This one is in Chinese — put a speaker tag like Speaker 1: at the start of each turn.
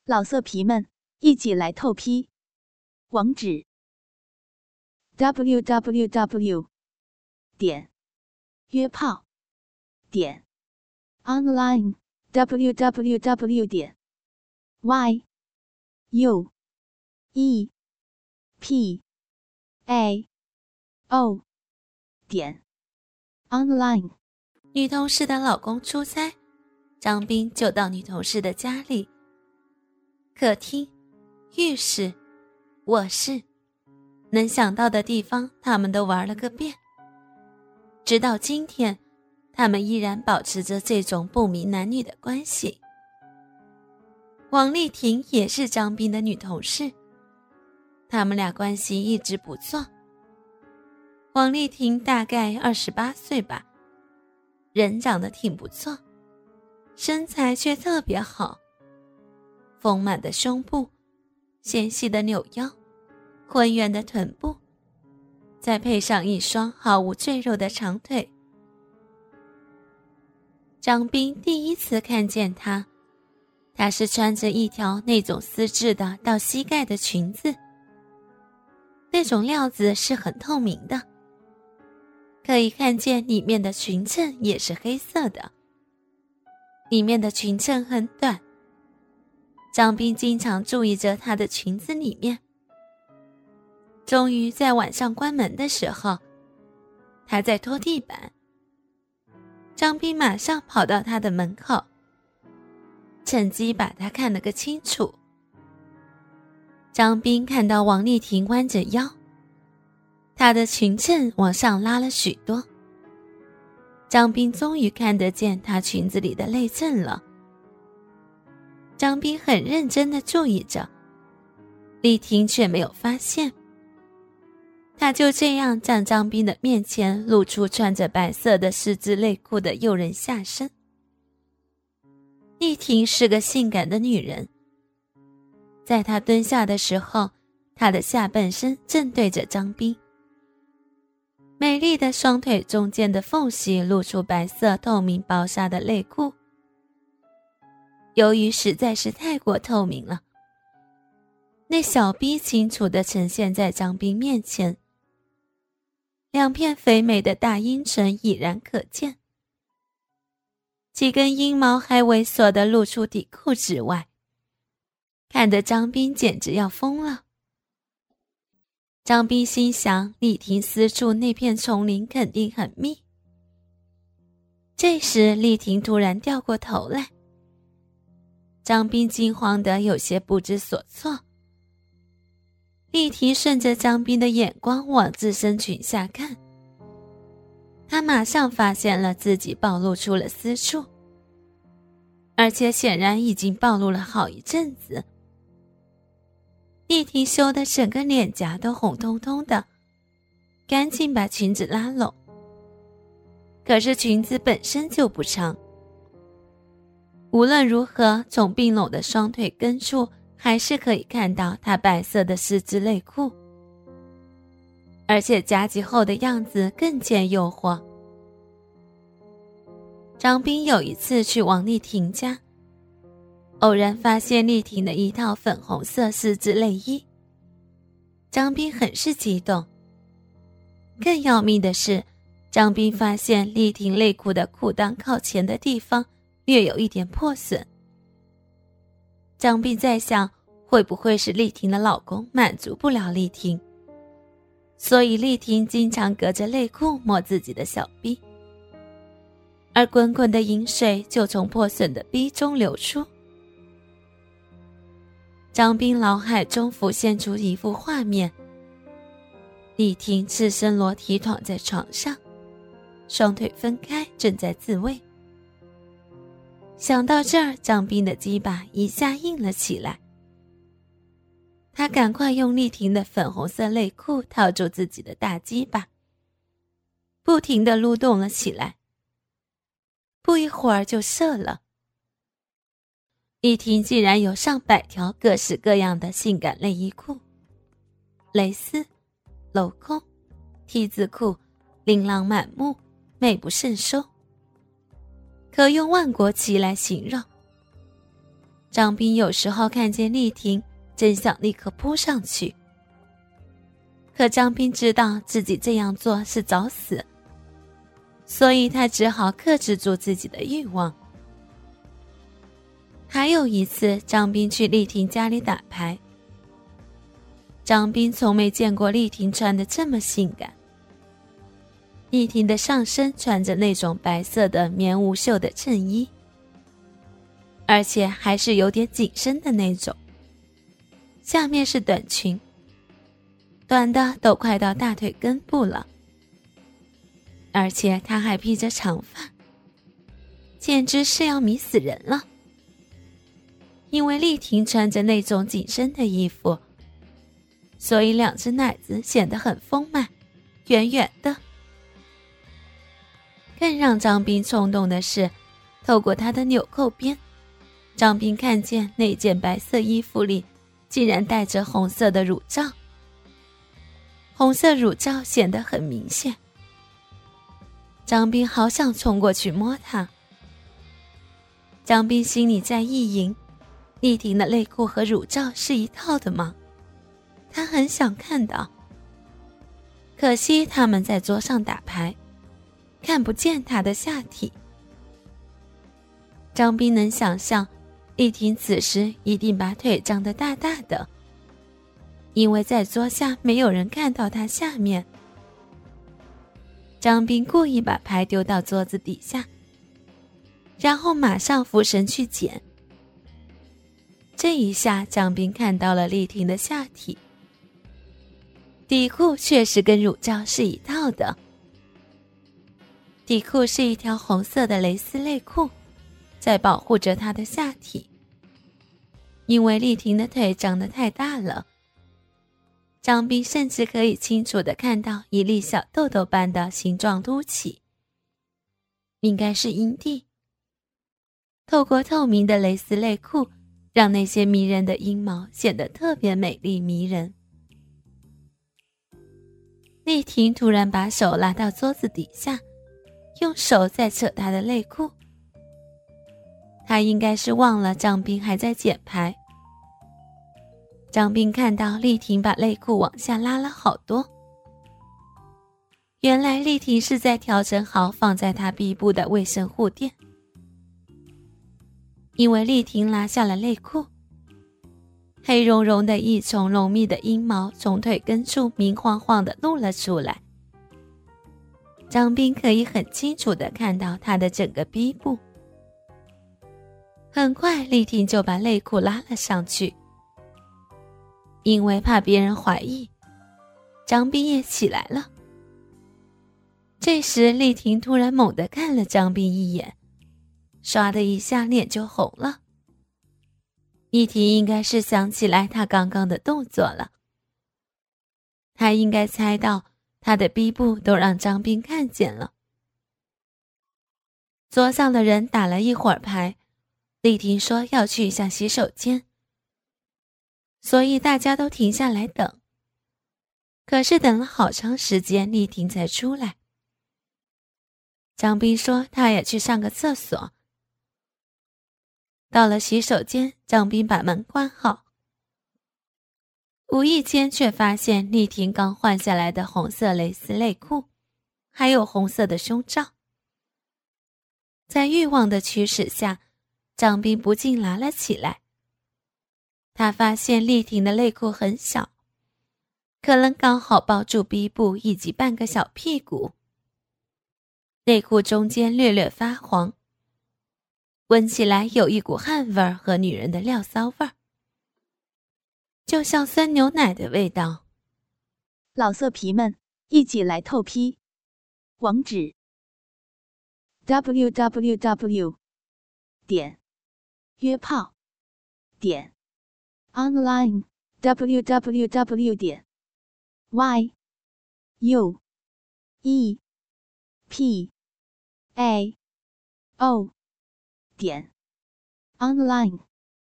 Speaker 1: 老色皮们，一起来透批！网址 www.约炮online www.yuepao.online。
Speaker 2: 女同事的老公出差，张斌就到女同事的家里。客厅、浴室、卧室，能想到的地方他们都玩了个遍。直到今天，他们依然保持着这种不明男女的关系。王丽婷也是张斌的女同事，他们俩关系一直不错。王丽婷大概28岁吧，人长得挺不错，身材却特别好，丰满的胸部，纤细的扭腰，浑圆的臀部，再配上一双毫无赘肉的长腿。张斌第一次看见她，她是穿着一条那种丝质的到膝盖的裙子，那种料子是很透明的，可以看见里面的裙衬也是黑色的，里面的裙衬很短。张斌经常注意着她的裙子里面。终于在晚上关门的时候，她在拖地板。张斌马上跑到她的门口，趁机把她看了个清楚。张斌看到王丽婷弯着腰，她的裙衬往上拉了许多。张斌终于看得见她裙子里的内衬了。张斌很认真地注意着，丽婷却没有发现。她就这样在张斌的面前露出穿着白色的丝质内裤的诱人下身。丽婷是个性感的女人，在她蹲下的时候，她的下半身正对着张斌，美丽的双腿中间的缝隙露出白色透明薄纱的内裤。由于实在是太过透明了，那小逼清楚地呈现在张斌面前，两片肥美的大阴唇已然可见，几根阴毛还猥琐地露出底裤之外，看得张斌简直要疯了。张斌心想，丽婷私处那片丛林肯定很密。这时丽婷突然掉过头来，张斌惊慌得有些不知所措。丽婷顺着张斌的眼光往自身裙下看，她马上发现了自己暴露出了私处，而且显然已经暴露了好一阵子。丽婷羞得整个脸颊都红彤彤的，赶紧把裙子拉拢。可是裙子本身就不长，无论如何，从并拢的双腿根处还是可以看到她白色的丝质内裤，而且夹击后的样子更见诱惑。张斌有一次去王丽婷家，偶然发现丽婷的一套粉红色丝质内衣，张斌很是激动。更要命的是，张斌发现丽婷内裤的裤裆靠前的地方略有一点破损。张斌在想，会不会是丽婷的老公满足不了丽婷，所以丽婷经常隔着内裤摸自己的小逼，而滚滚的饮水就从破损的逼中流出。张斌脑海中浮现出一幅画面，丽婷赤身裸体躺在床上，双腿分开，正在自慰。想到这儿，张斌的鸡巴一下硬了起来。他赶快用丽婷的粉红色内裤套住自己的大鸡巴，不停地撸动了起来。不一会儿就射了。丽婷竟然有上百条各式各样的性感内衣裤，蕾丝、镂空、T 字裤，琳琅满目，美不胜收，可用万国旗来形容。 张斌有时候看见丽婷，真想立刻扑上去，可张斌知道自己这样做是找死，所以他只好克制住自己的欲望。还有一次，张斌去丽婷家里打牌，张斌从没见过丽婷穿得这么性感。丽婷的上身穿着那种白色的棉无袖的衬衣，而且还是有点紧身的那种，下面是短裙，短的都快到大腿根部了，而且她还披着长发，简直是要迷死人了。因为丽婷穿着那种紧身的衣服，所以两只奶子显得很丰满，圆圆的。更让张斌冲动的是，透过她的纽扣边，张斌看见那件白色衣服里竟然带着红色的乳罩，红色乳罩显得很明显。张斌好想冲过去摸她。张斌心里在意淫，丽婷的内裤和乳罩是一套的吗？他很想看到，可惜他们在桌上打牌，看不见她的下体。张斌能想象丽婷此时一定把腿张得大大的，因为在桌下没有人看到她下面。张斌故意把牌丢到桌子底下，然后马上俯身去捡。这一下张斌看到了丽婷的下体，底裤确实跟乳罩是一套的。底裤是一条红色的蕾丝内裤，在保护着她的下体。因为丽婷的腿长得太大了，张斌甚至可以清楚地看到一粒小豆豆般的形状凸起，应该是阴蒂。透过透明的蕾丝内裤，让那些迷人的阴毛显得特别美丽迷人。丽婷突然把手拉到桌子底下，用手在扯她的内裤。她应该是忘了张斌还在捡牌。张斌看到丽婷把内裤往下拉了好多，原来丽婷是在调整好放在她臂部的卫生护垫。因为丽婷拉下了内裤，黑茸茸的一丛浓密的阴毛从腿根处明晃晃地露了出来。张斌可以很清楚地看到她的整个臂部。很快丽婷就把内裤拉了上去，因为怕别人怀疑，张斌也起来了。这时丽婷突然猛地看了张斌一眼，唰的一下脸就红了。丽婷应该是想起来她刚刚的动作了，她应该猜到她的臂部都让张斌看见了。桌上的人打了一会儿牌，丽婷说要去一下洗手间，所以大家都停下来等。可是等了好长时间，丽婷才出来。张斌说他也去上个厕所。到了洗手间，张斌把门关好，无意间却发现丽婷刚换下来的红色蕾丝内裤，还有红色的胸罩。在欲望的驱使下，张斌不禁拿了起来。他发现丽婷的内裤很小，可能刚好包住臂部以及半个小屁股。内裤中间略略发黄，闻起来有一股汗味儿和女人的尿骚味儿，就像酸牛奶的味道。
Speaker 1: 老色皮们，一起来透批！网址 www.约炮.online www.yuepao.online